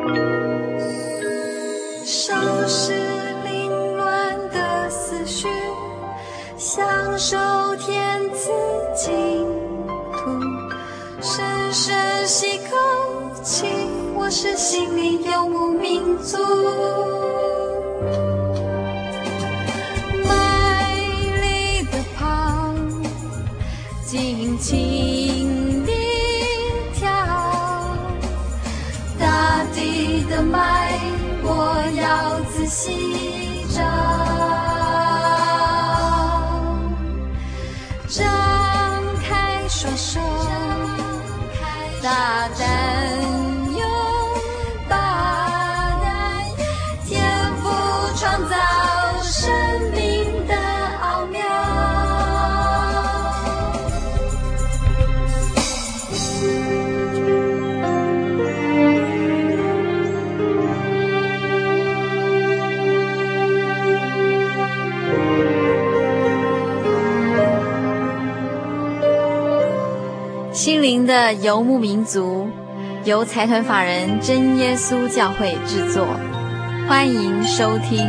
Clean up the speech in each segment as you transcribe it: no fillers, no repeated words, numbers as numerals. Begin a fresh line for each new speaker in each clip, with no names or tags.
收拾凌乱的思绪，享受天赐净土，深深吸口气，我是心灵游牧民族。卖力的跑，尽情地跳，大地的脉我要仔细找，张开双手，大胆拥抱，天赋创造生命的奥妙。心灵的游牧民族，由财团法人真耶稣教会制作，欢迎收听。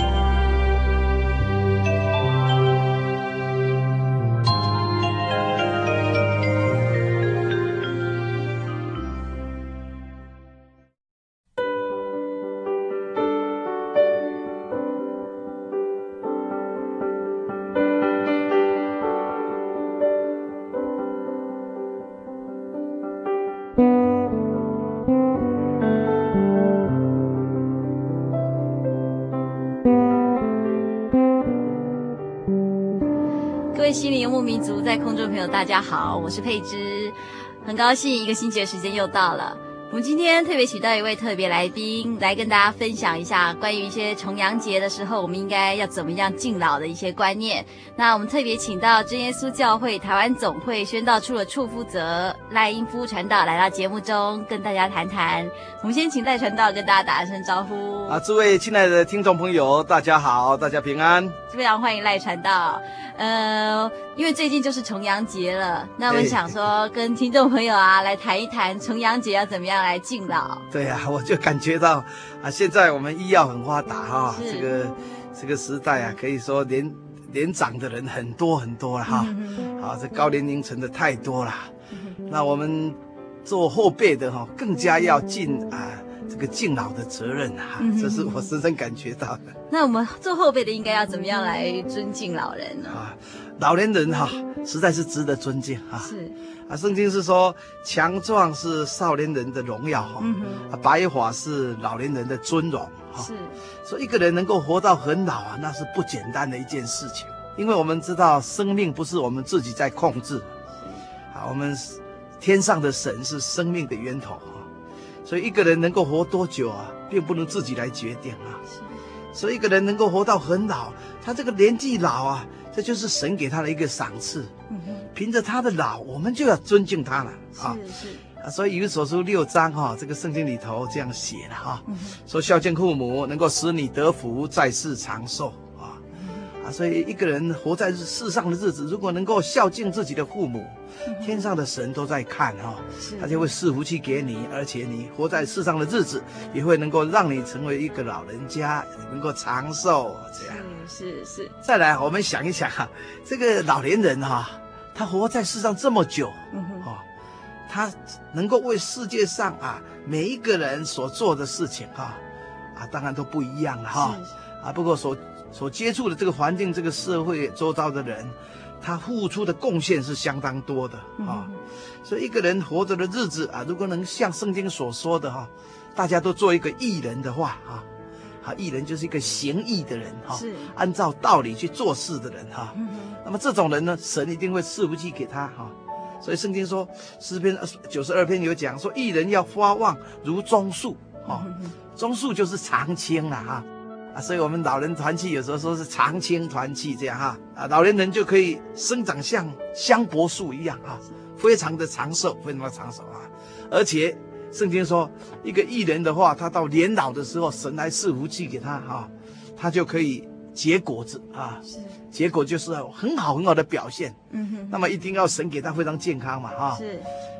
各位心灵游牧民族在空中朋友大家好，我是佩芝，很高兴一个星期的时间又到了。我们今天特别请到一位特别来宾来跟大家分享一下关于一些重阳节的时候我们应该要怎么样敬老的一些观念。那我们特别请到真耶稣教会台湾总会宣道处的处负责赖英夫传道来到节目中跟大家谈谈。我们先请赖传道跟大家打一声招呼。
诸位亲爱的听众朋友大家好，大家平安。
非常欢迎赖传道。因为最近就是重阳节了，那我们想说跟听众朋友来谈一谈重阳节要怎么样来敬老。
对啊，我就感觉到现在我们医药很发达这个时代可以说年长的人很多很多了这高年龄层的太多了。那我们做后辈的更加要尽这个敬老的责任这是我深深感觉到的。
那我们做后辈的应该要怎么样来尊敬老人呢？
老年人实在是值得尊敬
是
圣经是说强壮是少年人的荣耀白发是老年人的尊荣
是。
所以一个人能够活到很老那是不简单的一件事情。因为我们知道生命不是我们自己在控制我们天上的神是生命的源头所以一个人能够活多久并不能自己来决定所以一个人能够活到很老，他这个年纪老这就是神给他的一个赏赐凭着他的老我们就要尊敬他了是所以以弗所书6章这个圣经里头这样写了说孝敬父母能够使你得福在世长寿所以一个人活在世上的日子如果能够孝敬自己的父母天上的神都在看他就会赐福气给你，而且你活在世上的日子也会能够让你成为一个老人家能够长寿这样
是。
再来我们想一想这个老年人他活在世上这么久他能够为世界上每一个人所做的事情当然都不一样了不过所接触的这个环境这个社会周遭的人他付出的贡献是相当多的所以一个人活着的日子如果能像圣经所说的大家都做一个义人的话义人就是一个行义的人按照道理去做事的人那么这种人呢神一定会赐福气给他所以圣经说诗篇92篇有讲说义人要发旺如棕树棕树就是常青了所以我们老人团契有时候说是常青团契这样老年人就可以生长像香柏树一样非常的长寿非常的长寿而且圣经说一个义人的话他到年老的时候神来赐福气给他他就可以结果子结果就是很好很好的表现那么一定要神给他非常健康嘛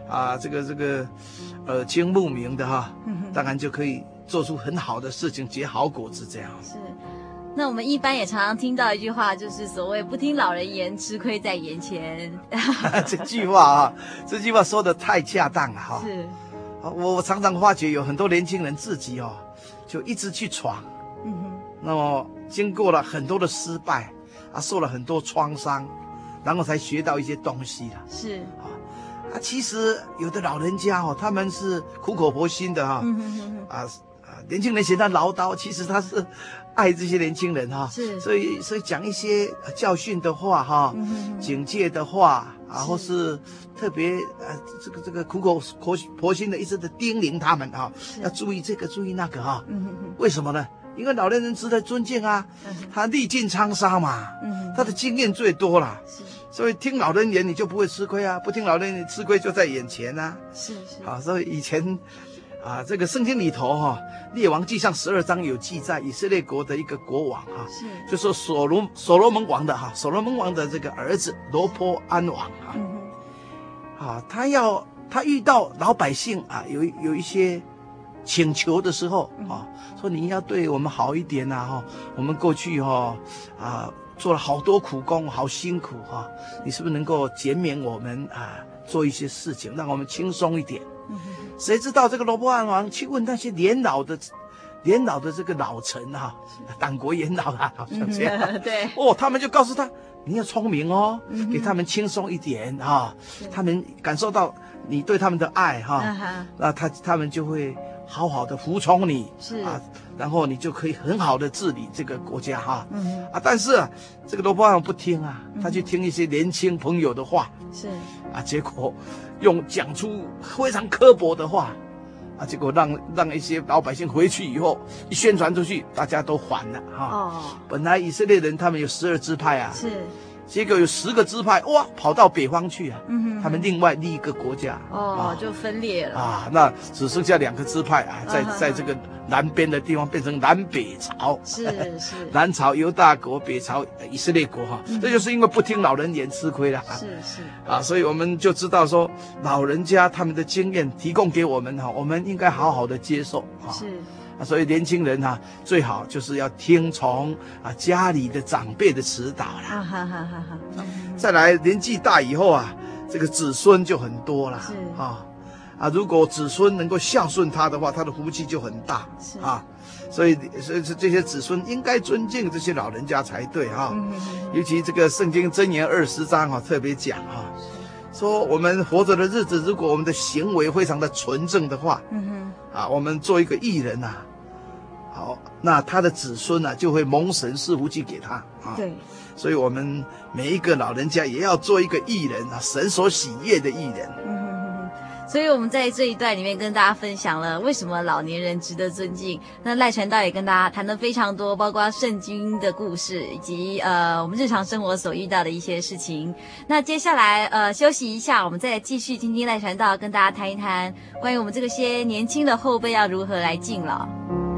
这个耳听目明的哈，当然就可以做出很好的事情，结好果子这样。
是。那我们一般也常常听到一句话，就是所谓不听老人言，吃亏在眼前。
这句话说的太恰当了哈。
是。
我常常发觉有很多年轻人自己就一直去闯，那么经过了很多的失败受了很多创伤，然后才学到一些东西了。
是。
其实有的老人家他们是苦口婆心的年轻人嫌他唠叨，其实他是爱这些年轻人
是，
所以讲一些教训的话警戒的话或是特别这个苦口婆心的一直的叮咛他们要注意这个注意那个为什么呢？因为老年人值得尊敬他历尽沧桑嘛，他的经验最多啦，所以听老人言你就不会吃亏不听老人言吃亏就在眼前
是
所以以前这个圣经里头列王纪上12章有记载以色列国的一个国王就说所罗门王的这个儿子罗波安王他遇到老百姓有一些请求的时候说你要对我们好一点我们过去做了好多苦工，好辛苦你是不是能够减免我们做一些事情，让我们轻松一点？谁知道这个罗波安王去问那些年老的这个老臣党国元老好像这样
对
他们就告诉他你要聪明给他们轻松一点他们感受到你对他们的爱那他们就会好好的服从你
是
然后你就可以很好的治理这个国家但是这个罗波安王不听他去听一些年轻朋友的话
是
结果讲出非常刻薄的话结果让一些老百姓回去以后一宣传出去，大家都还了本来以色列人他们有12支派
是，
结果有10个支派跑到北方去他们另外立一个国家
就分裂了
那只剩下2个支派在这个南边的地方变成南北朝
是
南朝犹大国，北朝以色列国这就是因为不听老人言吃亏了
是
所以我们就知道说老人家他们的经验提供给我们我们应该好好的接受
是
所以年轻人最好就是要听从家里的长辈的指导啦再来年纪大以后这个子孙就很多了如果子孙能够孝顺他的话，他的福气就很大所以这些子孙应该尊敬这些老人家才对尤其这个圣经箴言20章特别讲说我们活着的日子，如果我们的行为非常的纯正的话我们做一个义人好，那他的子孙就会蒙神赐福气给他
对，
所以我们每一个老人家也要做一个义人神所喜悦的义人
所以我们在这一段里面跟大家分享了为什么老年人值得尊敬。那赖传道也跟大家谈了非常多，包括圣经的故事，以及我们日常生活所遇到的一些事情。那接下来休息一下，我们再来继续听听赖传道跟大家谈一谈关于我们这些年轻的后辈要如何来敬老。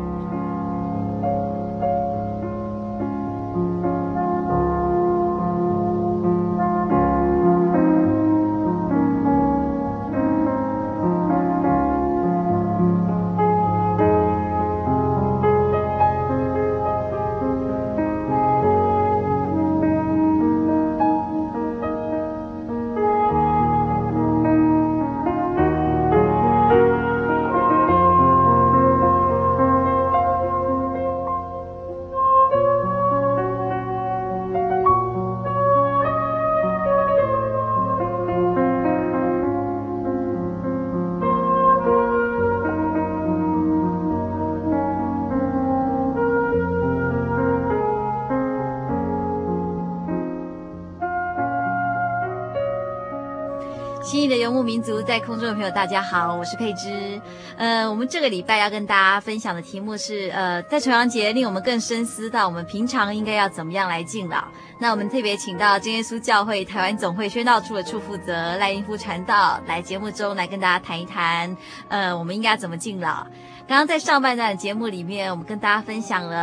亲爱的游牧民族在空中的朋友大家好，我是佩芝。我们这个礼拜要跟大家分享的题目是在重阳节令我们更深思到我们平常应该要怎么样来敬老。那我们特别请到真耶稣教会台湾总会宣道处的处负责赖英夫传道来节目中来跟大家谈一谈我们应该怎么敬老。刚刚在上半段的节目里面，我们跟大家分享了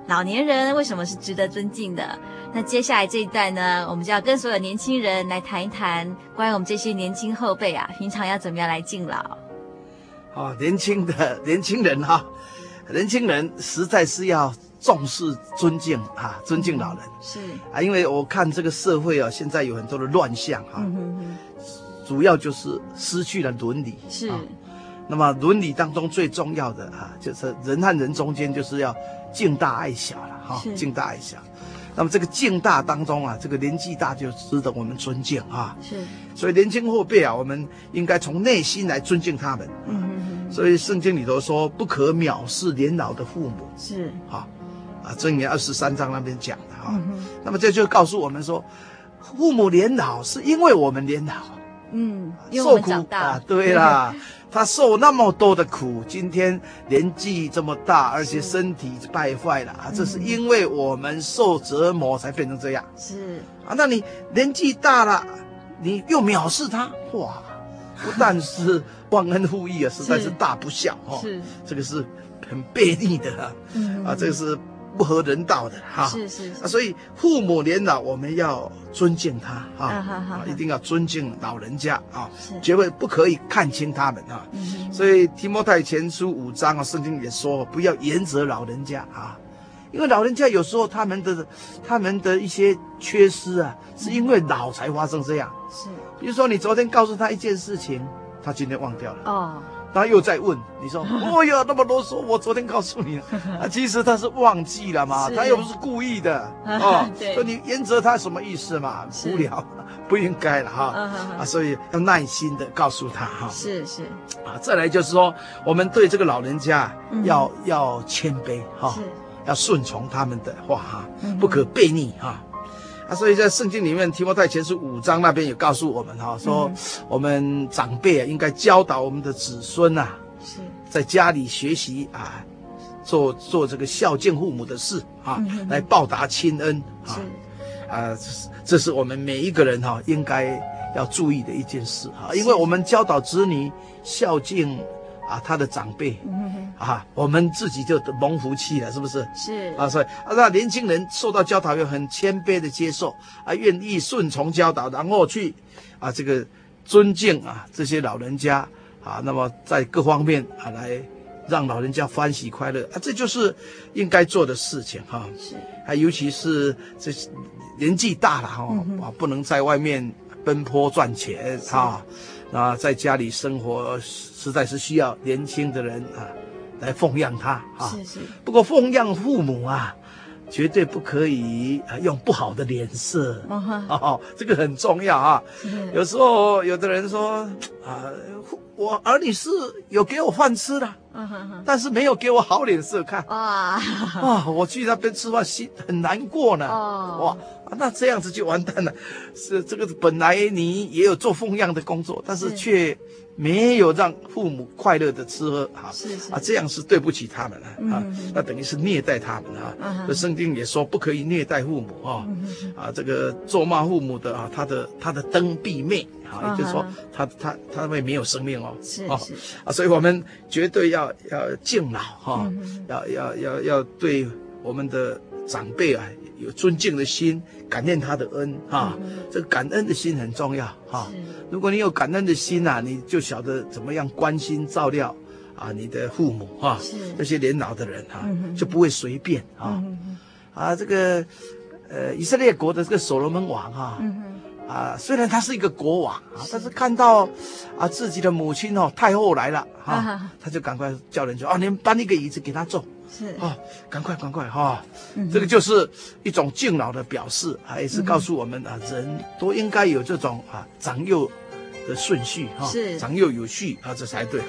老年人为什么是值得尊敬的。那接下来这一段呢，我们就要跟所有年轻人来谈一谈关于我们这些年轻后辈啊，平常要怎么样来敬老。
年轻人哈，年轻人实在是要重视尊敬尊敬老人。
是
因为我看这个社会现在有很多的乱象主要就是失去了伦理。
是
那么伦理当中最重要的就是人和人中间就是要敬大爱小了敬大爱小。那么这个敬大当中这个年纪大就值得我们尊敬
是，
所以年轻后辈我们应该从内心来尊敬他们。所以圣经里头说不可藐视年老的父母。
是
箴言23章那边讲的那么这就告诉我们说，父母年老是因为我们年老。
因为我们长大
对啦，他受那么多的苦，今天年纪这么大，而且身体败坏了这是因为我们受折磨才变成这样。
是
那你年纪大了，你又藐视他，哇，不但是忘恩负义实在是大不孝
是
这个是很悖逆的这个是不合人道的
是
所以父母年老我们要尊敬他一定要尊敬老人家绝对不可以看轻他们所以提摩太前书5章圣经也说不要严责老人家因为老人家有时候他们的一些缺失是因为老才发生这样。
是
比如说你昨天告诉他一件事情，他今天忘掉了他又在问你说哎呀那么啰嗦，我昨天告诉你了其实他是忘记了嘛，他又不是故意的所以你严责他什么意思嘛？无聊，不应该了所以要耐心的告诉他
是
再来就是说我们对这个老人家要谦卑要顺从他们的话不可悖逆所以在圣经里面提摩太前书5章那边也告诉我们说我们长辈应该教导我们的子孙
是
在家里学习做这个孝敬父母的事来报答亲恩这是我们每一个人应该要注意的一件事因为我们教导子女孝敬他的长辈我们自己就蒙福气了，是不是？
是
所以那年轻人受到教导要很谦卑的接受愿意顺从教导，然后去这个尊敬这些老人家那么在各方面来让老人家欢喜快乐这就是应该做的事情是尤其是这年纪大了不能在外面奔波赚钱在家里生活实在是需要年轻的人来奉养他
是
不过奉养父母绝对不可以用不好的脸色这个很重要有时候有的人说我儿女是有给我饭吃的但是没有给我好脸色看我去那边吃饭心很难过呢那这样子就完蛋了。是这个本来你也有做奉养的工作，但是却没有让父母快乐的吃喝这样是对不起他们那等于是虐待他们这圣经也说不可以虐待父母这个咒骂父母的他的灯必灭也就是说他会没有生命所以我们绝对要敬老要对我们的长辈有尊敬的心，感念他的恩这个感恩的心很重要如果你有感恩的心你就晓得怎么样关心照料你的父母这些年老的人就不会随便这个以色列国的这个所罗门王虽然他是一个国王但是看到自己的母亲太后来了他就赶快叫人说你们搬一个椅子给他坐
是
赶快这个就是一种敬老的表示也是告诉我们人都应该有这种长幼的顺序
是
长幼有序这才对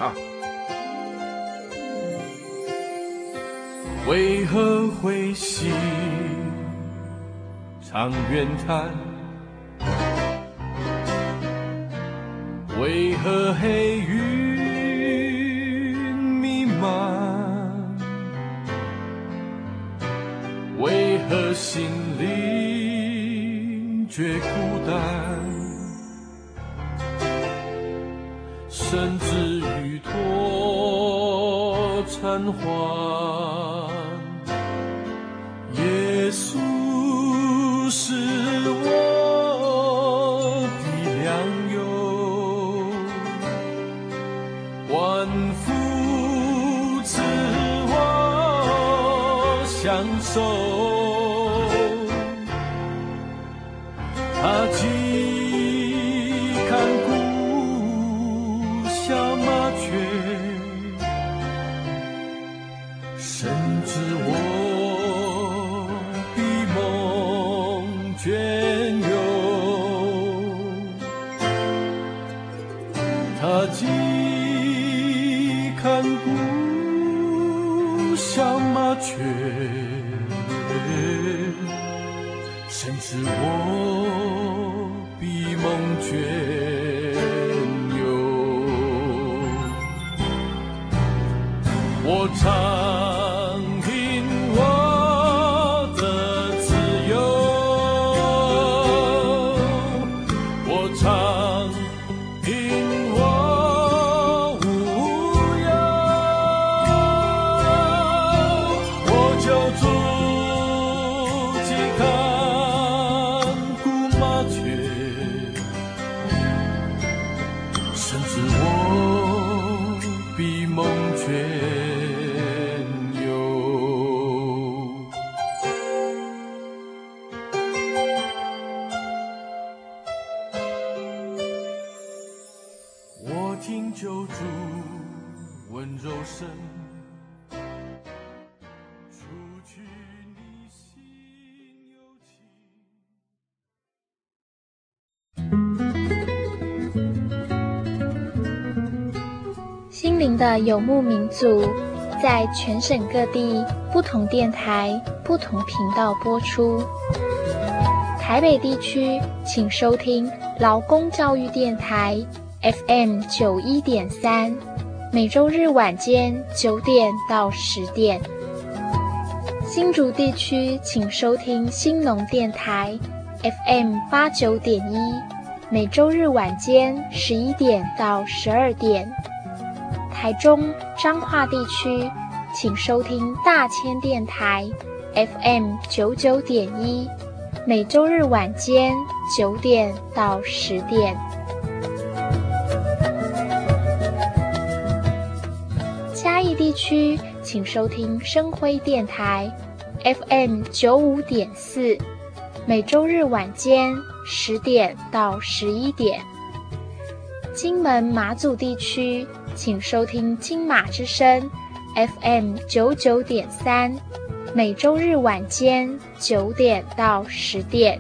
为何灰心常怨叹，为何黑云弥漫，为何心灵觉孤单，甚至于脱尘寰， 稣是我的良友，万福赐我享受，他既看顾小麻雀，甚至我比梦隽永，他既看顾小麻雀，甚至我比梦隽永。我常凭我的自由，我常凭我无忧，我就住既看顾麻雀，甚至我比梦隽永。我听救主温柔声，除去你心有情。
心灵的游牧民族，在全省各地不同电台、不同频道播出。台北地区请收听劳工教育电台 FM91.3，每周日晚间9点到10点。新竹地区请收听兴农电台 FM89.1，每周日晚间11点到12点。台中彰化地区请收听大千电台 FM99.1，每周日晚间9点到10点。嘉义地区请收听生辉电台 FM95.4，每周日晚间10点到11点。金门马祖地区请收听金马之声 FM99.3，每周日晚间9点到10点。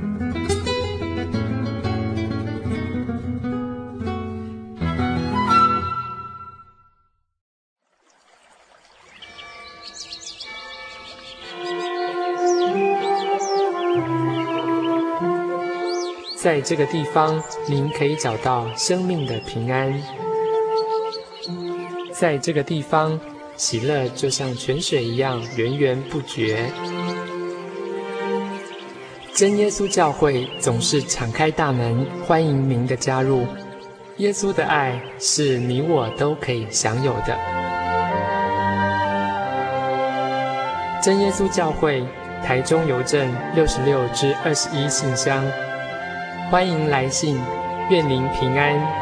在这个地方，您可以找到生命的平安。在这个地方，喜乐就像泉水一样源源不绝。真耶稣教会总是敞开大门，欢迎您的加入。耶稣的爱是你我都可以享有的。真耶稣教会，台中邮政66-21信箱，欢迎来信，愿您平安。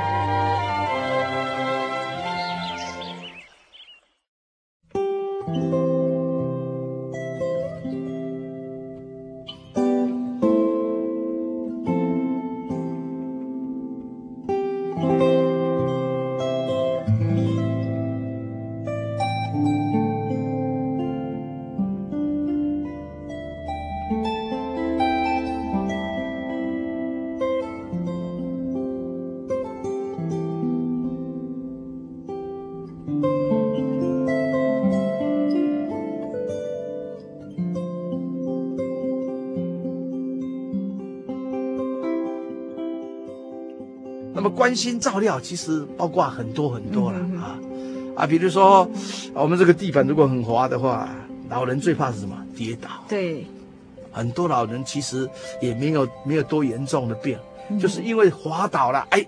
那么关心照料其实包括很多很多了比如说我们这个地板如果很滑的话，老人最怕是什么？跌倒。
对，
很多老人其实也没有多严重的病，就是因为滑倒了，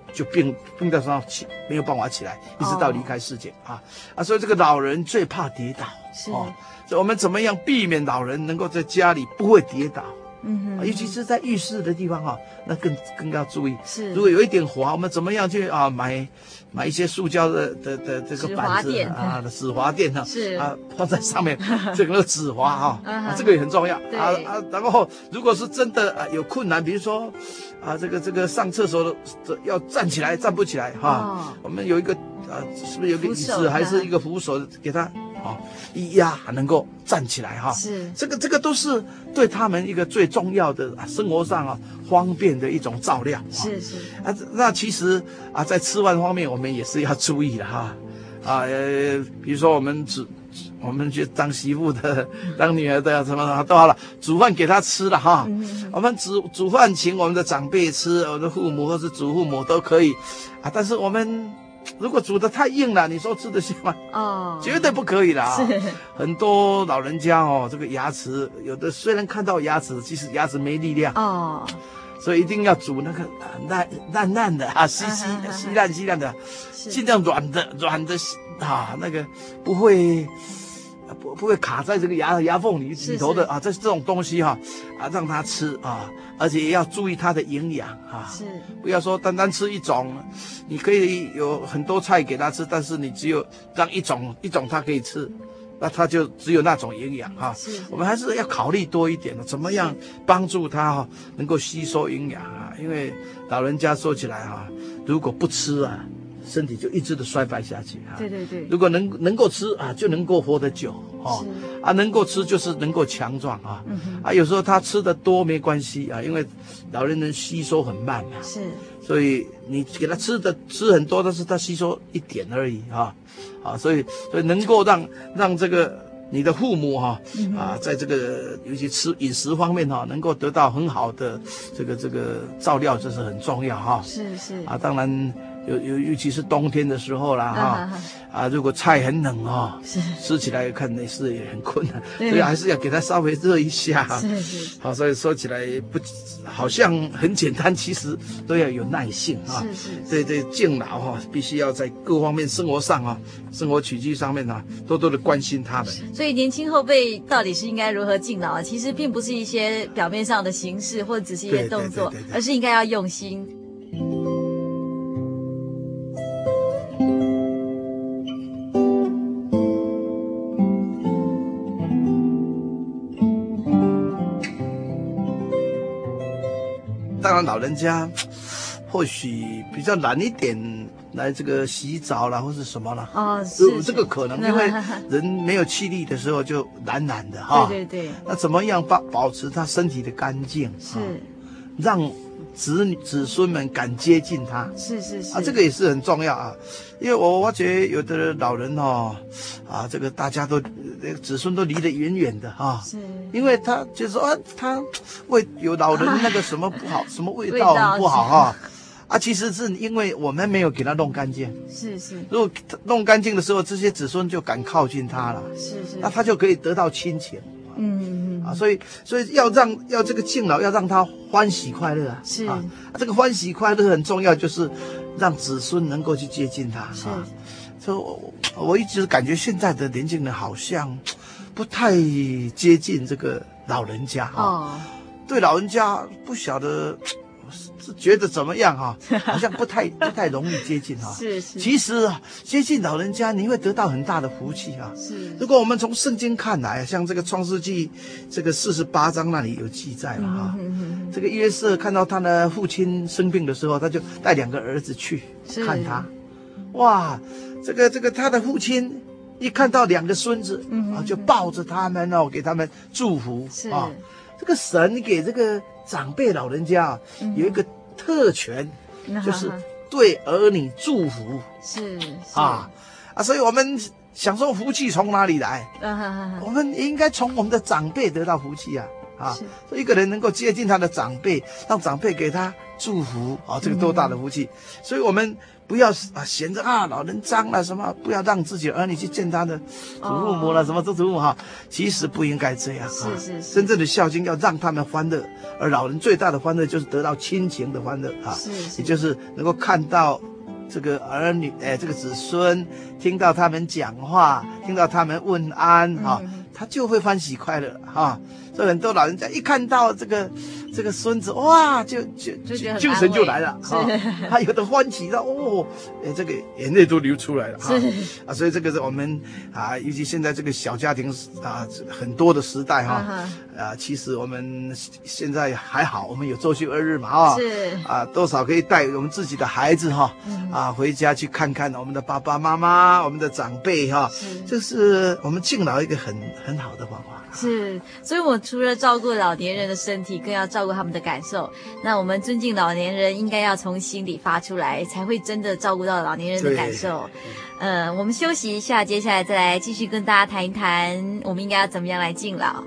就病到身上起，没有办法起来，一直到离开世界所以这个老人最怕跌倒所以我们怎么样避免老人能够在家里不会跌倒？尤其是在浴室的地方那更要注意。是，如果有一点滑，我们怎么样去买一些塑胶的这个板子止滑垫是放在上面，这个止滑这个也很重要然后如果是真的有困难，比如说这个上厕所的要站起来站不起来我们有一个是不是有个椅子还是一个扶手给他一压能够站起来是这个都是对他们一个最重要的生活上方便的一种照料是那其实在吃饭方面我们也是要注意的比如说我们去当媳妇的当女儿的什么都好了，煮饭给他吃了我们煮饭请我们的长辈吃，我们的父母或是祖父母都可以但是我们如果煮得太硬了，你说吃得下吗？绝对不可以的很多老人家这个牙齿有的虽然看到牙齿，其实牙齿没力量所以一定要煮那个烂的稀烂的，尽量软的那个不会卡在这个牙缝里头的这种东西让他吃而且也要注意它的营养是不要说单单吃一种，你可以有很多菜给他吃，但是你只有让一种他可以吃，那他就只有那种营养我们还是要考虑多一点的，怎么样帮助他能够吸收营养因为老人家说起来如果不吃身体就一直的衰败下去对，如果能够吃就能够活得久能够吃就是能够强壮有时候他吃的多没关系因为老人人吸收很慢是，所以你给他吃很多，但是他吸收一点而已所以能够让这个你的父母在这个尤其饮食方面能够得到很好的这个照料，这是很重要是当然尤其是冬天的时候啦如果菜很冷吃起来看也是也很困难，所以还是要给它稍微热一下是所以说起来好像很简单，其实都要有耐性对敬老必须要在各方面生活上生活起居上面多多的关心他们。
所以年轻后辈到底是应该如何敬老其实并不是一些表面上的形式或者只是一些动作，而是应该要用心。
当然老人家或许比较懒一点来这个洗澡啦或是什么啦是这个可能因为人没有气力的时候就懒的对那怎么样保持他身体的干净是让子孙们敢接近他是这个也是很重要因为我觉得有的老人这个大家都子孙都离得远远的是因为他就是说他有老人那个什么不好什么味道不好其实是因为我们没有给他弄干净是如果弄干净的时候，这些子孙就敢靠近他了是那他就可以得到亲情所以要这个敬老要让他欢喜快乐是这个欢喜快乐很重要，就是让子孙能够去接近他所以我一直感觉现在的年轻人好像不太接近这个老人家对老人家不晓得是觉得怎么样好像不太容易接近是其实接近老人家你会得到很大的福气是如果我们从圣经看来，像这个创世纪这个48章那里有记载了这个约瑟看到他的父亲生病的时候，他就带2个儿子去看他哇这个他的父亲一看到2个孙子就抱着他们给他们祝福是这个神给这个长辈老人家有一个特权就是对儿女祝福是所以我们想说福气从哪里来我们应该从我们的长辈得到福气所以一个人能够接近他的长辈，让长辈给他祝福啊，这个多大的福气！所以我们不要嫌着老人脏了什么，不要让自己的儿女去见他的祖父母了，什么祖父母哈，其实不应该这样。
是，
真正的孝敬要让他们欢乐，而老人最大的欢乐就是得到亲情的欢乐啊，也就是能够看到这个儿女这个子孙，听到他们讲话，听到他们问安他就会欢喜快乐所以很多老人家一看到这个孙子，哇，就神就来了他有的欢喜到这个眼泪都流出来了所以这个是我们尤其现在这个小家庭很多的时代其实我们现在还好，我们有周休2日嘛多少可以带我们自己的孩子回家去看看我们的爸爸妈妈，我们的长辈这是我们敬老一个很好的方法。
是，所以我除了照顾老年人的身体，更要照顾他们的感受。那我们尊敬老年人，应该要从心里发出来，才会真的照顾到老年人的感受。我们休息一下，接下来再来继续跟大家谈一谈，我们应该要怎么样来敬老。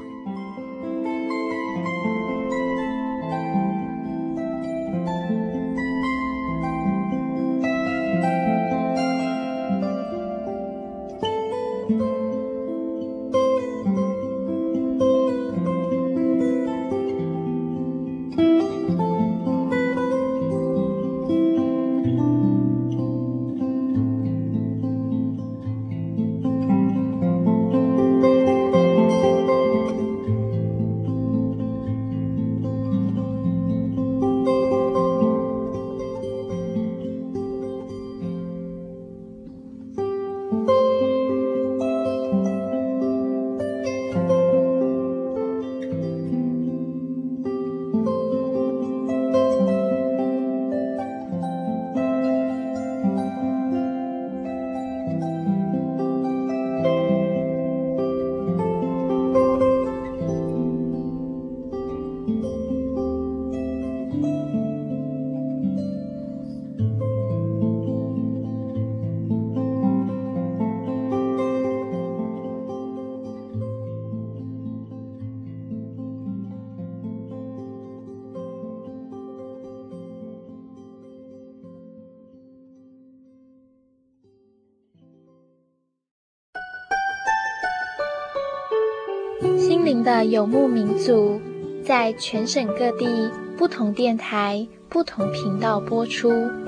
心灵的游牧民族，在全省各地不同电台、不同频道播出。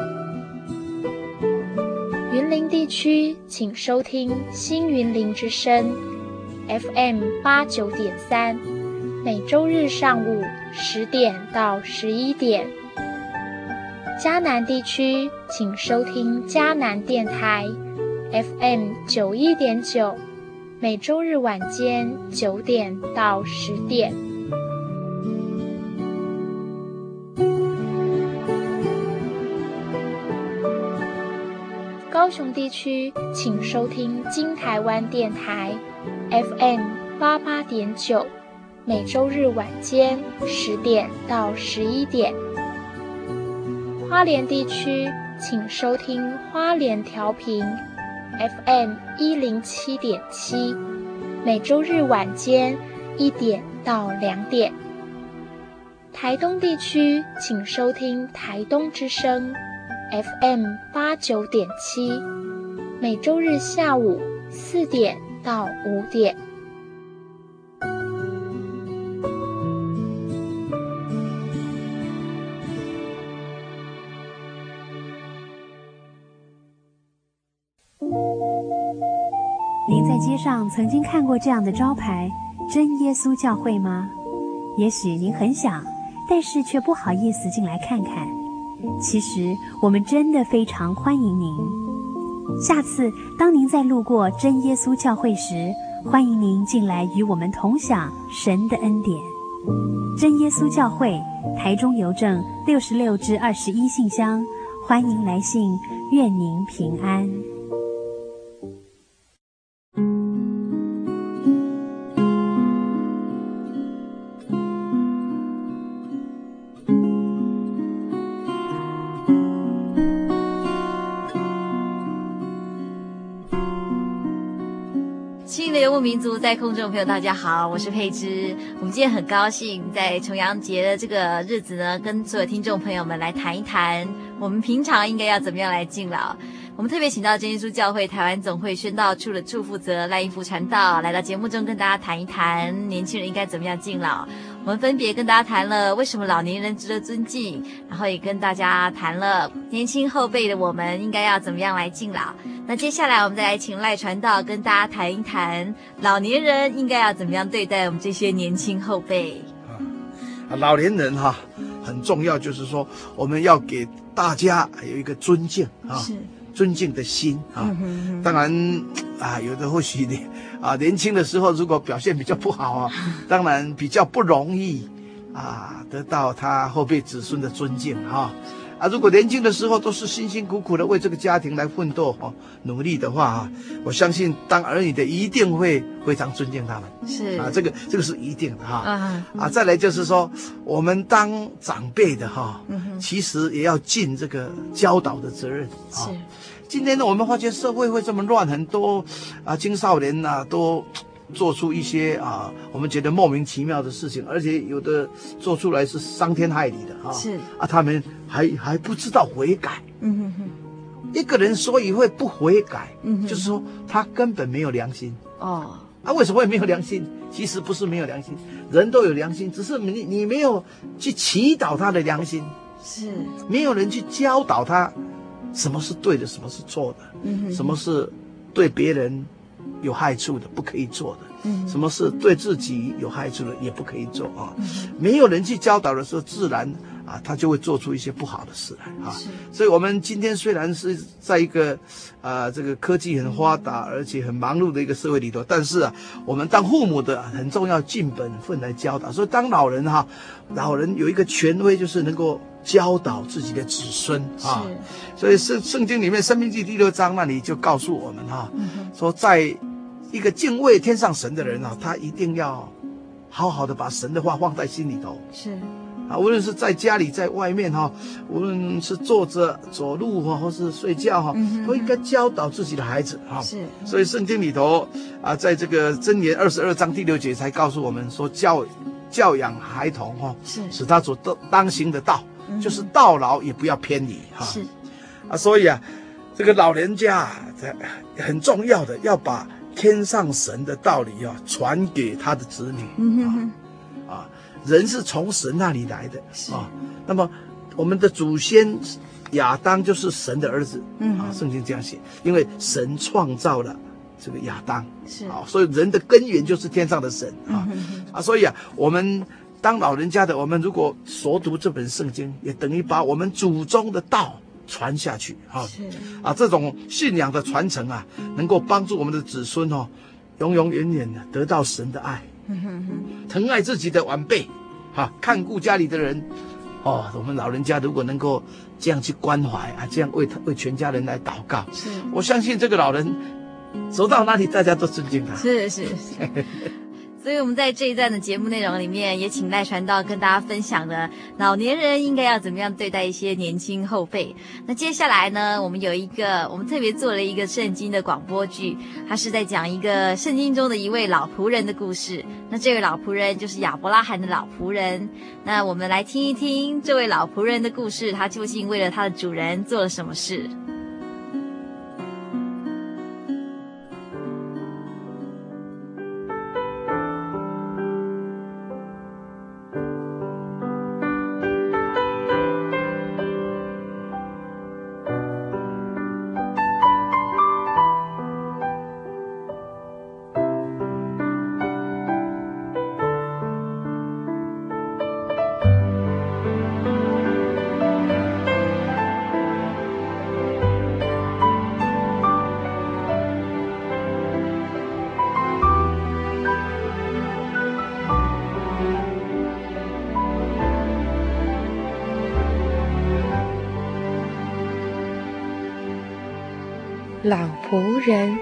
云林地区请收听新云林之声 FM 89.3，每周日上午10点到11点。嘉南地区请收听嘉南电台 FM 91.9，每周日晚间9点到10点。高雄地区请收听金台湾电台 FM 88.9，每周日晚间10点到11点。花莲地区请收听花莲调频 FM 107.7，每周日晚间1点到2点。台东地区请收听台东之声 FM 89.7，每周日下午4点到5点。
您在街上曾经看过这样的招牌“真耶稣教会”吗？也许您很想，但是却不好意思进来看看。其实我们真的非常欢迎您。下次当您再路过真耶稣教会时，欢迎您进来与我们同享神的恩典。真耶稣教会，台中邮政66-21信箱，欢迎来信，愿您平安。
亲爱的游牧民族在空中的朋友大家好，我是佩芝。我们今天很高兴在重阳节的这个日子呢，跟所有听众朋友们来谈一谈我们平常应该要怎么样来敬老。我们特别请到真耶稣教会台湾总会宣道处的处负责赖英福传道来到节目中跟大家谈一谈年轻人应该怎么样敬老。我们分别跟大家谈了为什么老年人值得尊敬，然后也跟大家谈了年轻后辈的我们应该要怎么样来敬老。那接下来我们再来请赖传道跟大家谈一谈老年人应该要怎么样对待我们这些年轻后辈。
老年人很重要，就是说我们要给大家有一个尊敬
是
尊敬的心当然有的或许你年轻的时候如果表现比较不好当然比较不容易得到他后辈子孙的尊敬如果年轻的时候都是辛辛苦苦的为这个家庭来奋斗努力的话我相信当儿女的一定会非常尊敬他们，
是
这个是一定的再来就是说我们当长辈的其实也要尽这个教导的责任
是。
今天呢，我们发现社会会这么乱，很多青少年都做出一些我们觉得莫名其妙的事情，而且有的做出来是伤天害理的
是
他们还不知道悔改。一个人所以会不悔改，就是说他根本没有良心。为什么会没有良心？其实不是没有良心，人都有良心，只是你没有去祈祷他的良心，
是
没有人去教导他什么是对的，什么是错的，什么是对别人有害处的不可以做的，什么是对自己有害处的也不可以做没有人去教导的时候，自然他就会做出一些不好的事来所以我们今天虽然是在一个这个科技很发达而且很忙碌的一个社会里头，但是我们当父母的很重要尽本分来教导。所以当老人老人有一个权威，就是能够教导自己的子孙所以圣经里面申命记第6章那里就告诉我们说在一个敬畏天上神的人他一定要好好的把神的话放在心里头，
是
无论是在家里在外面无论是坐着走路或是睡觉都应该教导自己的孩子
是。
所以圣经里头在这个箴言22章第6节才告诉我们说教养孩童
是
使他所当行的道就是到老也不要偏离
是
所以这个老人家很重要的要把天上神的道理传给他的子女人是从神那里来的那么我们的祖先亚当就是神的儿子圣经这样写，因为神创造了这个亚当
是
所以人的根源就是天上的神所以我们当老人家的，我们如果熟读这本圣经，也等于把我们祖宗的道传下去这种信仰的传承能够帮助我们的子孙永永远远的得到神的爱疼爱自己的晚辈看顾家里的人我们老人家如果能够这样去关怀这样为全家人来祷告，
是
我相信这个老人走到哪里大家都尊敬他。
是所以我们在这一段的节目内容里面，也请赖传道跟大家分享的老年人应该要怎么样对待一些年轻后辈。那接下来呢，我们特别做了一个圣经的广播剧，它是在讲一个圣经中的一位老仆人的故事。那这位老仆人就是亚伯拉罕的老仆人。那我们来听一听这位老仆人的故事，他究竟为了他的主人做了什么事。
老仆人。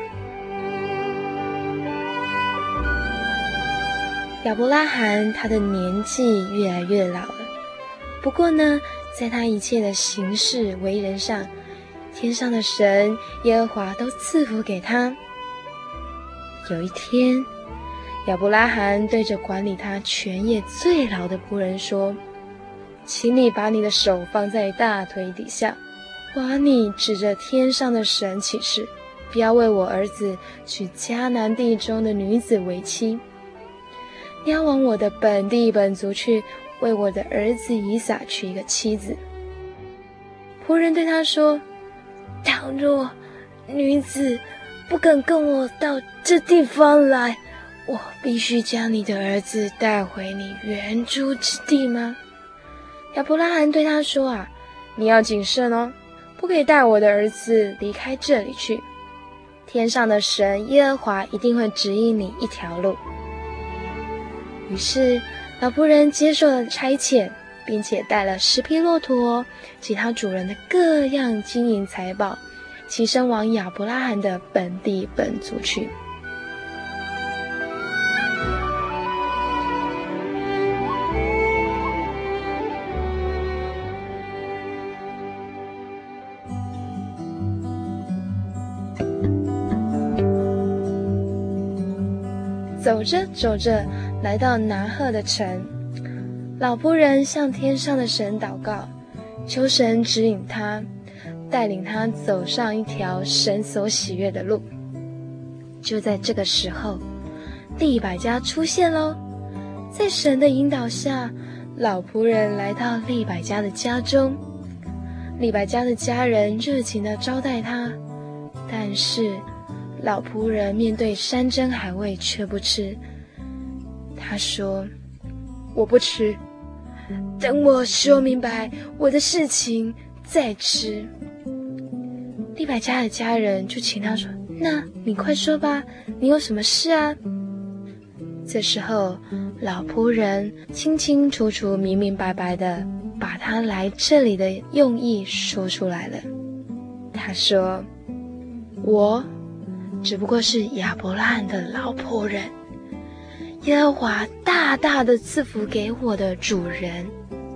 亚伯拉罕他的年纪越来越老了，不过呢，在他一切的行事为人上，天上的神耶和华都赐福给他。 有一天，亚伯拉罕对着管理他全业最老的仆人说：请你把你的手放在大腿底下，把你指着天上的神起誓，不要为我儿子娶迦南地中的女子为妻，你要往我的本地本族去，为我的儿子以撒娶一个妻子。仆人对他说：倘若女子不肯跟我到这地方来，我必须将你的儿子带回你原住之地吗？亚伯拉罕对他说：你要谨慎哦，不可以带我的儿子离开这里去。天上的神耶和华一定会指引你一条路。于是老仆人接受了差遣，并且带了10匹骆驼，其他主人的各样金银财宝，起身往亚伯拉罕的本地本族去。走着走着，来到拿鹤的城，老仆人向天上的神祷告，求神指引他，带领他走上一条神所喜悦的路。就在这个时候，利百加出现喽。在神的引导下，老仆人来到利百加的家中。利百加的家人热情地招待他，但是老仆人面对山珍海味却不吃。他说：我不吃，等我说明白我的事情再吃。利百加的家人就请他说：那你快说吧，你有什么事啊？这时候老仆人清清楚楚明明白白的把他来这里的用意说出来了。他说：我只不过是亚伯拉罕的老仆人，耶和华大大的赐福给我的主人。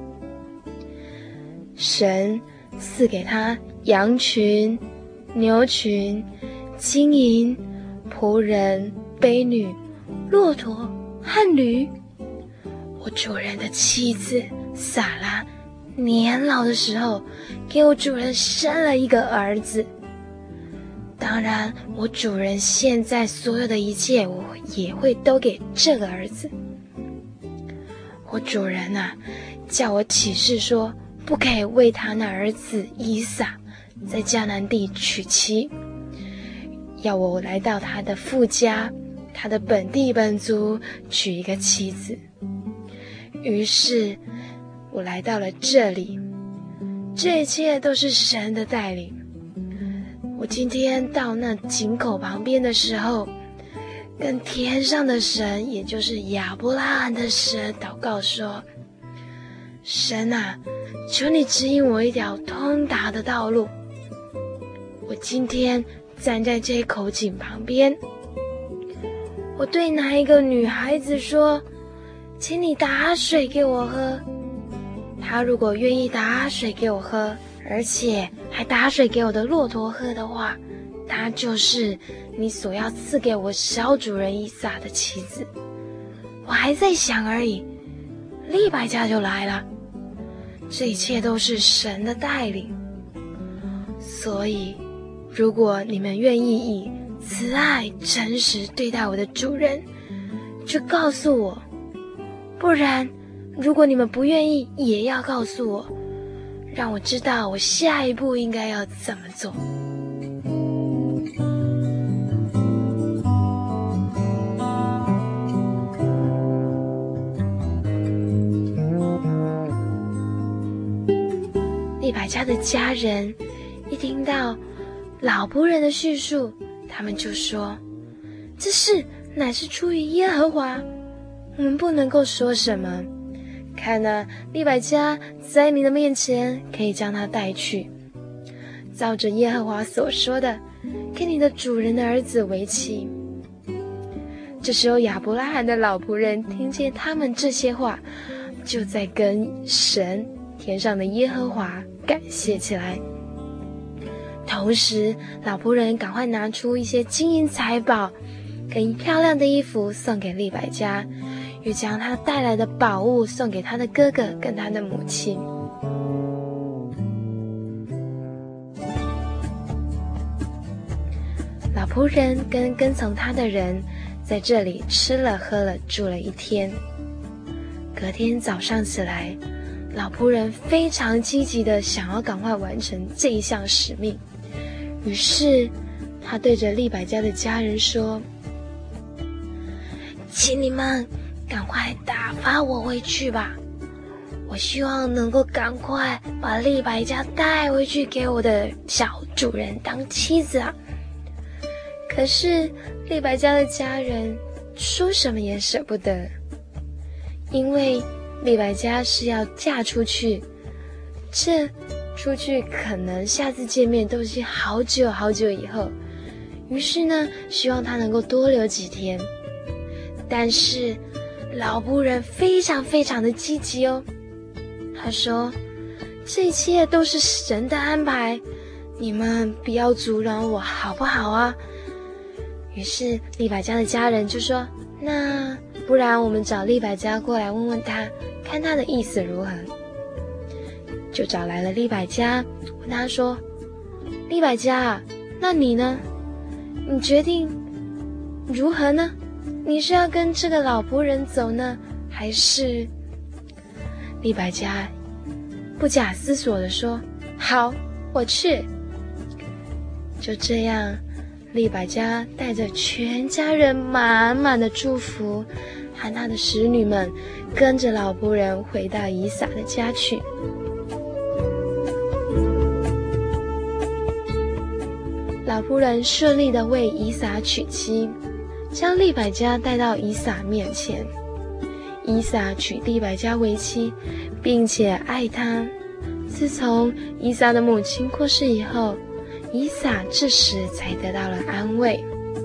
神赐给他羊群、牛群、金银、仆人、婢女、骆驼和驴。我主人的妻子撒拉年老的时候，给我主人生了一个儿子。当然，我主人现在所有的一切，我也会都给这个儿子。我主人啊，叫我起誓说，不可以为他那儿子以撒在迦南地娶妻，要我来到他的父家，他的本地本族娶一个妻子。于是我来到了这里，这一切都是神的带领。我今天到那井口旁边的时候，跟天上的神，也就是亚伯拉罕的神祷告说：神啊，求你指引我一条通达的道路。我今天站在这口井旁边，我对哪一个女孩子说，请你打水给我喝。她如果愿意打水给我喝，而且还打水给我的骆驼喝的话，她就是你所要赐给我小主人以撒的妻子。我还在想而已，利百加就来了。这一切都是神的带领。所以如果你们愿意以慈爱诚实对待我的主人，就告诉我，不然如果你们不愿意，也要告诉我，让我知道我下一步应该要怎么做。利百加的家人一听到老仆人的叙述，他们就说，这事乃是出于耶和华，我们不能够说什么。看啊，利百加在你的面前，可以将他带去，照着耶和华所说的，给你的主人的儿子为妻。这时候亚伯拉罕的老仆人听见他们这些话，就在跟神天上的耶和华感谢起来。同时老仆人赶快拿出一些金银财宝， 跟漂亮的衣服送给利百加，又将他带来的宝物送给他的哥哥跟他的母亲。老仆人跟从他的人在这里吃了喝了住了一天。隔天早上起来，老仆人非常积极的想要赶快完成这一项使命，于是他对着利百加的家人说：请你们赶快打发我回去吧，我希望能够赶快把利百加带回去给我的小主人当妻子啊。可是利百加的家人说什么也舍不得，因为利百加是要嫁出去，这出去可能下次见面都是好久好久以后，于是呢，希望他能够多留几天。但是老仆人非常非常的积极哦，他说这一切都是神的安排，你们不要阻挠我好不好啊？于是利百加的家人就说，那不然我们找利百加过来问问他，看他的意思如何。就找来了利百加，问他说，利百加，那你呢？你决定如何呢？你是要跟这个老仆人走呢，还是？利百加不假思索地说，好，我去。就这样，利百加带着全家人满满的祝福，和他的使女们跟着老仆人回到以撒的家去。老仆人顺利地为以撒娶妻，将利百加带到以撒面前。以撒娶利百加为妻，并且爱她。自从以撒的母亲过世以后，以撒这时才得到了安慰。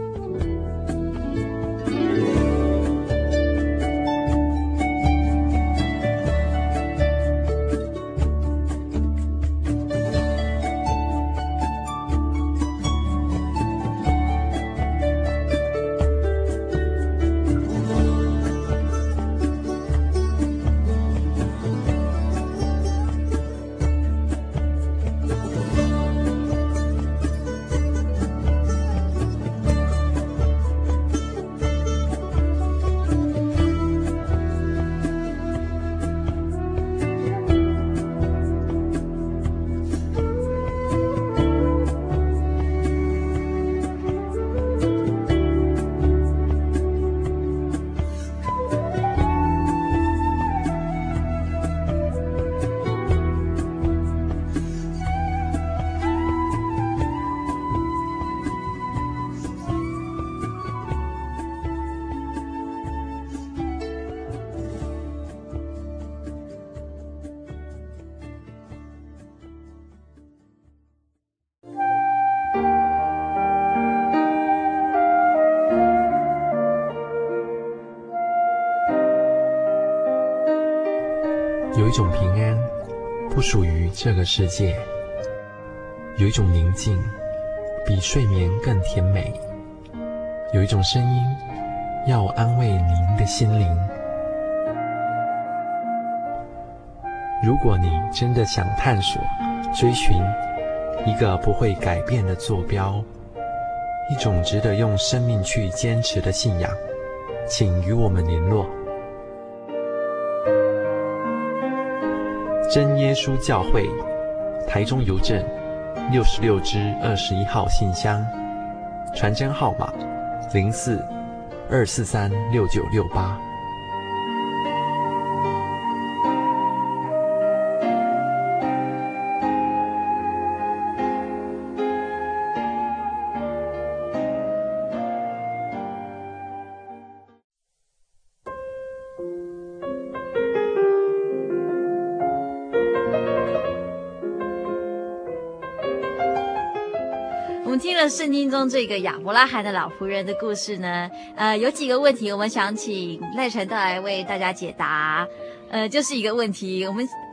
有一种平安，不属于这个世界；有一种宁静，比睡眠更甜美；有一种声音，要安慰您的心灵。如果你真的想探索、追寻一个不会改变的坐标，一种值得用生命去坚持的信仰，请与我们联络。真耶稣教会，台中邮政66支21号信箱，传真号码04-243-6968。
我们听了圣经中这个亚伯拉罕的老仆人的故事呢，有几个问题，我们想请赖传道来为大家解答。就是一个问题，我们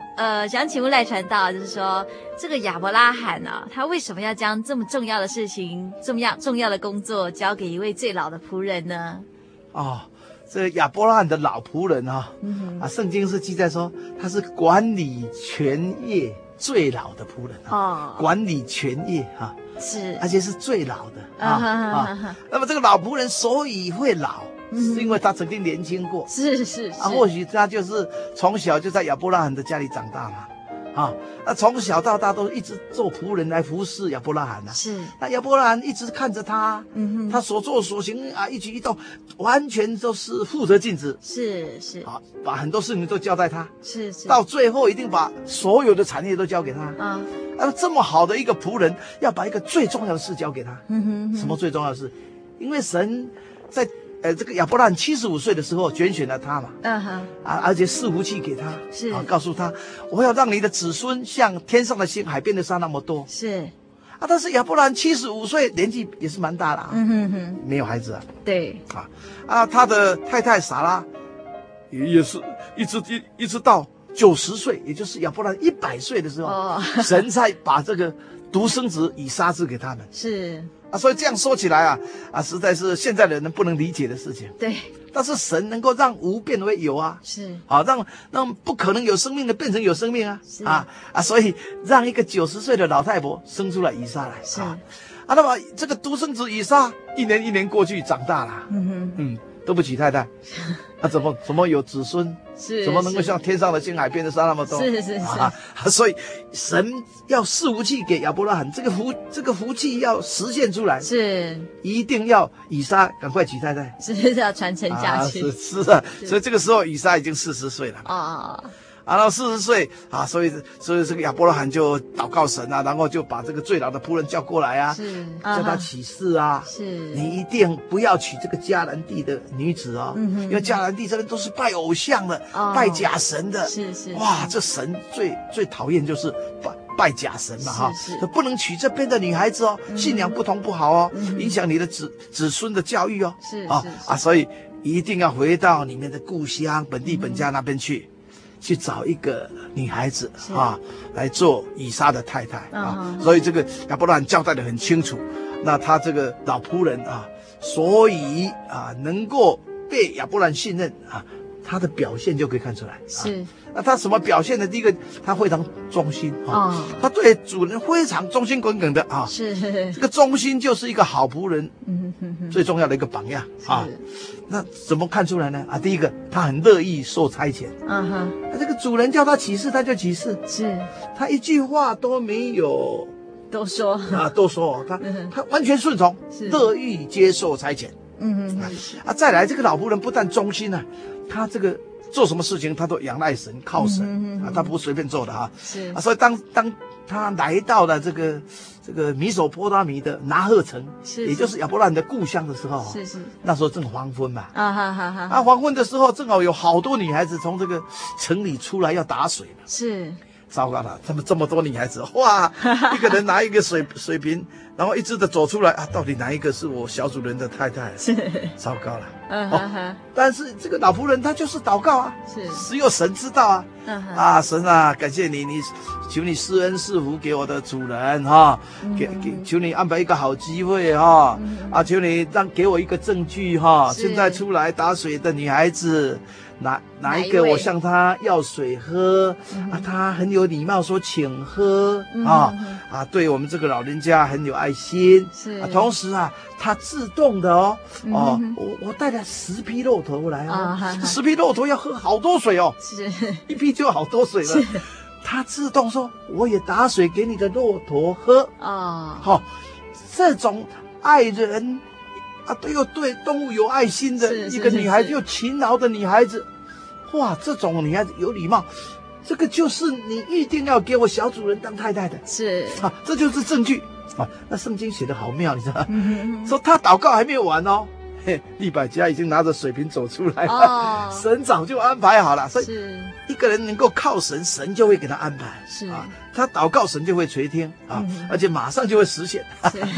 想请问赖传道，就是说这个亚伯拉罕啊，他为什么要将这么重要的事情、这么重要的工作交给一位最老的仆人呢？
哦，这亚伯拉罕的老仆人啊，圣经是记载说他是管理全业最老的仆人啊，管理全业啊，
是，
而且是最老的那么这个老仆人所以会老，是因为他曾经年轻过，
是
或许他就是从小就在亚伯拉罕的家里长大嘛，那从小到大都一直做仆人来服侍亚伯拉罕
是，
那亚伯拉罕一直看着他，他所作所行啊，一举一动完全都是负责尽职，
是，
把很多事情都交代他，
是，
到最后一定把所有的产业都交给他这么好的一个仆人，要把一个最重要的事交给他，什么最重要的事？因为神在这个亚伯拉罕75岁的时候拣选了他嘛，而且赐福气给他，
是
告诉他，我要让你的子孙像天上的星、海边的沙那么多，
是
但是亚伯拉罕75岁，年纪也是蛮大了没有孩子
对
他的太太撒拉也是一直到90岁，也就是亚伯拉罕100岁的时候，神才把这个独生子以撒赐给他们，
是
所以这样说起来实在是现在的人不能理解的事情。
对，
但是神能够让无变为有
是
让不可能有生命的变成有生命所以让一个90岁的老太婆生出来以撒来
是
那么这个独生子以撒一年一年过去长大了，都不娶太太，怎么有子孙？怎么能够像天上的星、海边的沙那么多？
是
所以神要赐福气给亚伯拉罕，这个福气要实现出来，
是一
定要以撒赶快娶太太，
是要传承下去。
是所以这个时候以撒已经40岁了然后40岁所以这个亚伯拉罕就祷告神然后就把这个最老的仆人叫过来叫他起誓
是
你一定不要娶这个迦南地的女子因为迦南地这边都是拜偶像的，拜假神的，
是
哇，这神最讨厌就是拜假神嘛不能娶这边的女孩子信仰不同不好影响你的子孙的教育所以一定要回到你们的故乡本地本家那边去找一个女孩子来做以撒的太太所以这个亚伯拉罕交代得很清楚。那他这个老仆人所以能够被亚伯拉罕信任他的表现就可以看出来
是
那他什么表现呢？第一个，他非常忠心他对主人非常忠心耿耿的
是
这个忠心就是一个好仆人最重要的一个榜样那怎么看出来呢？第一个，他很乐意受差遣这个主人叫他起誓他就起誓，
是
他一句话都没有
多说
他完全顺从，乐意接受差遣再来这个老仆人不但忠心他这个做什么事情他都仰赖神靠神他不随便做的
是
所以当他来到了这个米索波达米的拿鹤城也就是亚伯拉罕的故乡的时候
是
那时候正黄昏嘛
黄
昏的时候正好有好多女孩子从这个城里出来要打水
是
糟糕了，他们这么多女孩子，哇，一个人拿一个水瓶，然后一直的走出来到底哪一个是我小主人的太太？
是
糟糕了，但是这个老仆人他就是祷告
是
只有神知道神感谢你求你施恩赐福给我的主人求你安排一个好机会求你给我一个证据现在出来打水的女孩子。哪一个我向他要水喝他很有礼貌说请喝对我们这个老人家很有爱心
是
同时他自动的我带了10匹骆驼来10匹骆驼要喝好多水
是
一匹就好多水了他自动说我也打水给你的骆驼喝这种爱人又对动物有爱心的一个女孩子，又勤劳的女孩子，哇，这种女孩子有礼貌，这个就是你一定要给我小主人当太太的，
是
这就是证据那圣经写得好妙，你知道吗？说他祷告还没有完利百加已经拿着水瓶走出来了神早就安排好了，所以一个人能够靠神，神就会给他安排
是
他祷告神就会垂听而且马上就会实现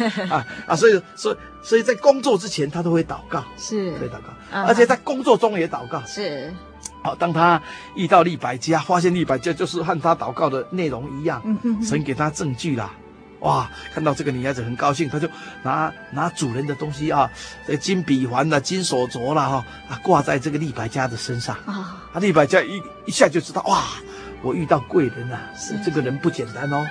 所以在工作之前他都会祷告，
是
会祷告而且在工作中也祷告
是
好，当他遇到利百加，发现利百加就是和他祷告的内容一样，神给他证据啦。哇，看到这个女孩子很高兴，他就拿主人的东西啊，这个金鼻环啦、金手镯啦，挂在这个利百加的身上。利百加一下就知道，哇，我遇到贵人了，这个人不简单哦。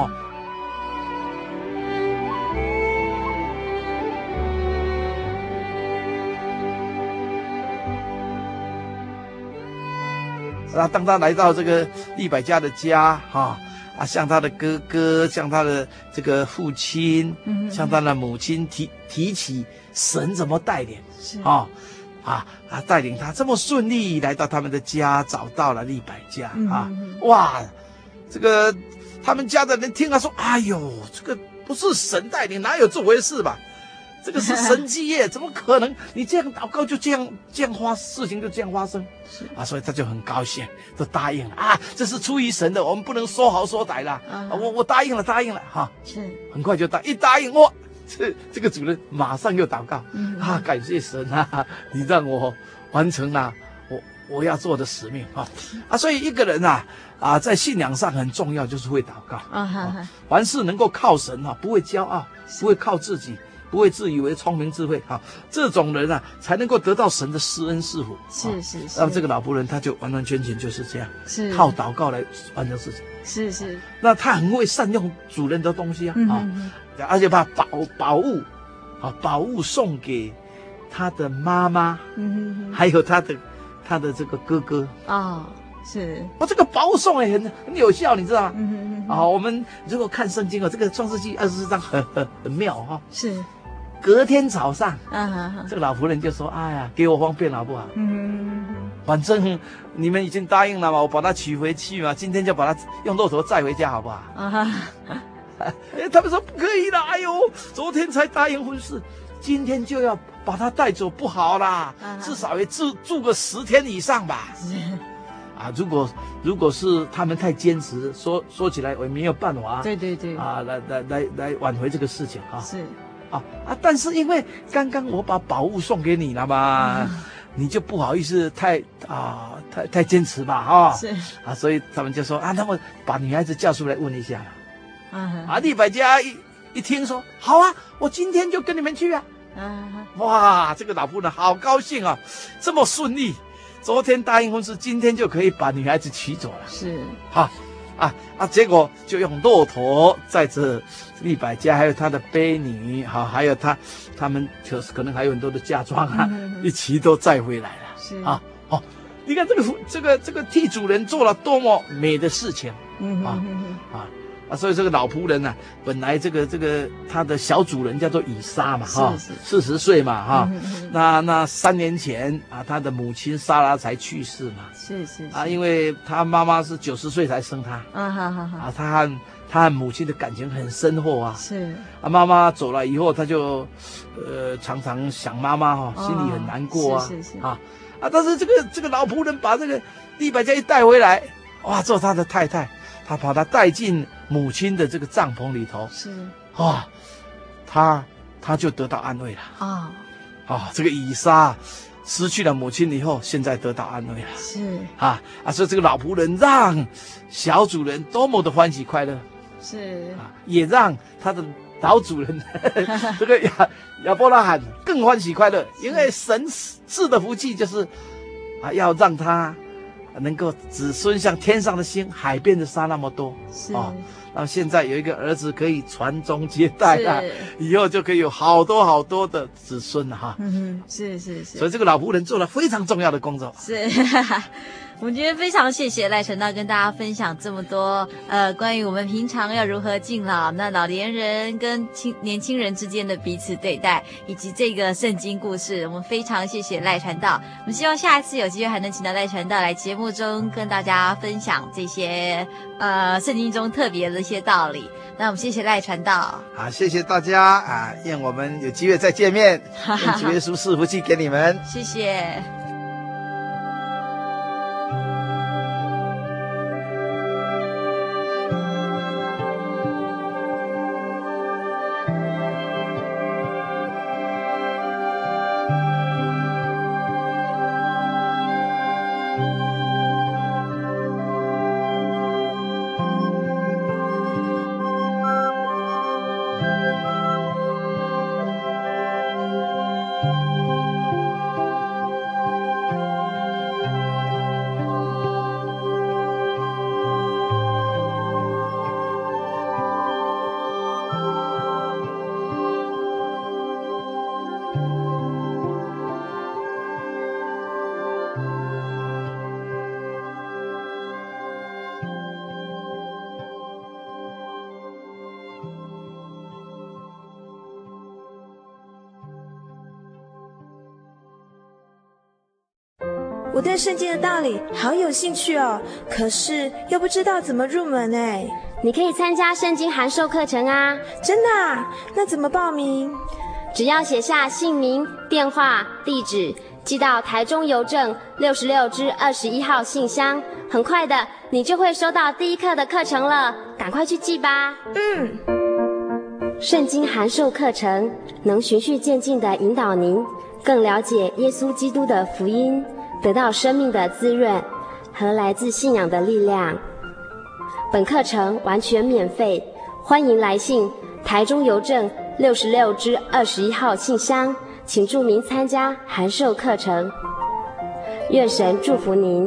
当他来到这个利百加的家，向他的哥哥，向他的这个父亲，向他的母亲提起神怎么带领，带领他这么顺利来到他们的家，找到了利百加哇，这个他们家的人听他说，哎呦，这个不是神带领，哪有这回事吧？这个是神迹耶，怎么可能？你这样祷告就这样事情就这样发生所以他就很高兴，都答应了这是出于神的，我们不能说好说歹啦。我答应了是很快就一答应哇，这个主人马上又祷告感谢神你让我完成了我要做的使命所以一个人在信仰上很重要，就是会祷告凡事能够靠神不会骄傲，不会靠自己，不会自以为聪明智慧这种人才能够得到神的施恩赐福。是。那么这个老仆人他就完完全全就是这样，靠祷告来完成事情。是。那他很会善用主人的东西而且把宝物送给他的妈妈，还有他的这个哥哥
是
这个宝物送也很有效，你知道吗？我们如果看圣经这个创世纪24章很妙是。隔天早上，这个老仆人就说：“哎呀，给我方便好不好？反正你们已经答应了嘛，我把他娶回去嘛，今天就把他用骆驼载回家，好不好？”他们说不可以啦，哎呦，昨天才答应婚事，今天就要把他带走，不好啦，至少也住个10天以上吧。如果是他们太坚持，说起来我也没有办法。对来挽回这个事情是。但是因为刚刚我把宝物送给你了嘛，你就不好意思太坚持吧是所以他们就说那么把女孩子叫出来问一下了。利百加一听说好我今天就跟你们去哇，这个老仆人好高兴这么顺利，昨天答应婚事，今天就可以把女孩子娶走了。是结果就用骆驼载着利百加，还有他的婢女，还有他们可能还有很多的嫁妆一起都载回来了。是你看这个替主人做了多么美的事情所以这个老仆人本来这个他的小主人叫做以撒嘛40岁嘛那3年前他的母亲撒拉才去世嘛是因为他妈妈是90岁才生他他和母亲的感情很深厚是妈妈走了以后，他就常常想妈妈心里很难过但是这个老仆人把这个利百加一带回来，哇，做他的太太，他把他带进母亲的这个帐篷里头，是他就得到安慰了这个以撒失去了母亲以后，现在得到安慰了，是所以这个老仆人让小主人多么的欢喜快乐，是也让他的老主人这个亚伯拉罕更欢喜快乐，因为神赐的福气就是要让他能够子孙像天上的星、海边的沙那么多然后现在有一个儿子可以传宗接代以后就可以有好多好多的子孙是，所以这个老仆人做了非常重要的工作。是，
我们今天非常谢谢赖传道跟大家分享这么多关于我们平常要如何敬老，那老年人跟年轻人之间的彼此对待，以及这个圣经故事，我们非常谢谢赖传道。我们希望下一次有机会还能请到赖传道来节目中跟大家分享这些圣经中特别的一些道理。那我们谢谢赖传道。
好，谢谢大家愿我们有机会再见面，愿主耶稣赐福气给你们。
谢谢。
我对圣经的道理好有兴趣哦，可是又不知道怎么入门哎。
你可以参加圣经函授课程啊。
真的啊？那怎么报名？
只要写下姓名、电话、地址，寄到台中邮政66支21号信箱，很快的你就会收到第一课的课程了，赶快去寄吧。圣经函授课程能循序渐进地引导您更了解耶稣基督的福音，得到生命的滋润和来自信仰的力量。本课程完全免费，欢迎来信台中邮政66支21号信箱，请注明参加函授课程。愿神祝福您。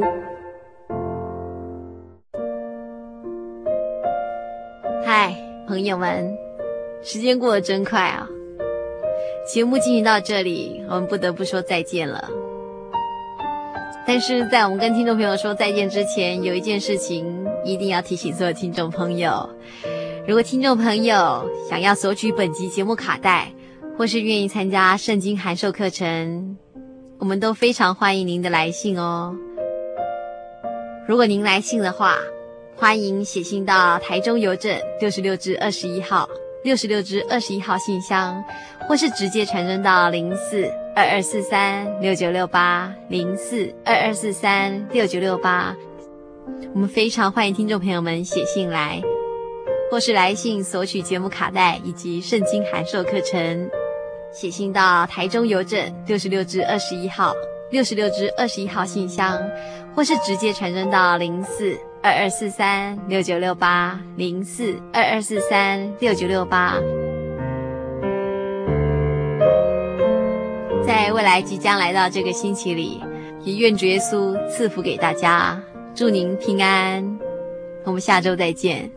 嗨，朋友们，时间过得真快啊！节目进行到这里，我们不得不说再见了。但是在我们跟听众朋友说再见之前，有一件事情一定要提醒所有听众朋友。如果听众朋友想要索取本集节目卡带，或是愿意参加圣经函授课程，我们都非常欢迎您的来信哦。如果您来信的话，欢迎写信到台中邮政66支21号66支21号信箱，或是直接传真到04-2243-6968 04-2243-6968。我们非常欢迎听众朋友们写信来，或是来信索取节目卡带以及圣经函授课程。写信到台中邮政66支21号66支21号信箱，或是直接传真到04-2243-6968 04-2243-6968。在未来即将来到这个星期里，也愿主耶稣赐福给大家，祝您平安。我们下周再见。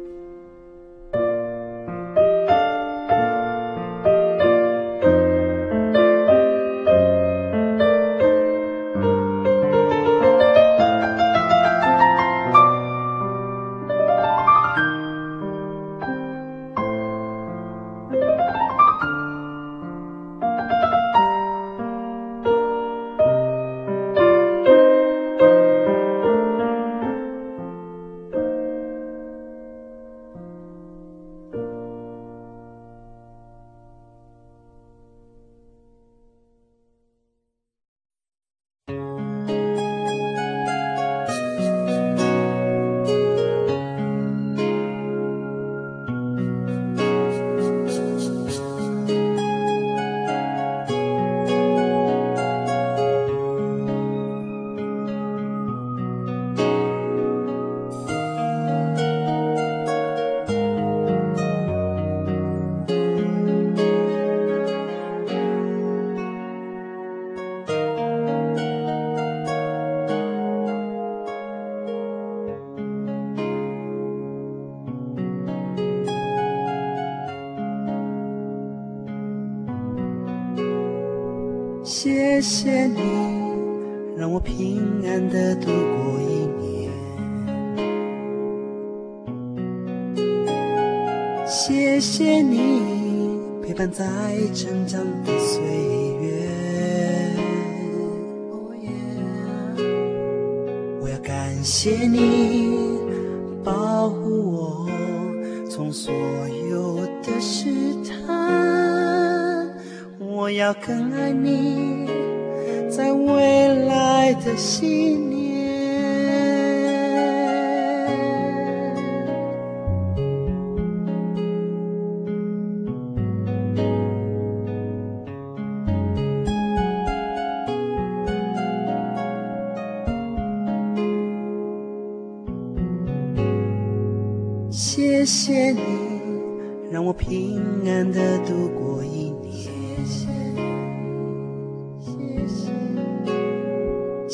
谢谢你让我平安地度过一年，谢谢你陪伴在成长的岁月，我要感谢你保护我从所有的试探，我要更爱你在未来的信念。谢谢你让我平安地度过一年，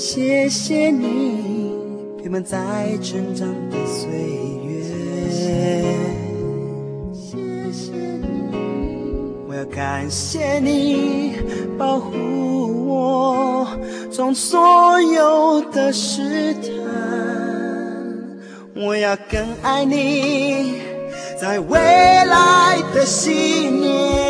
谢谢你陪伴在成长的岁月，谢谢你，我要感谢你保护我从所有的试探，我要更爱你在未来的信念。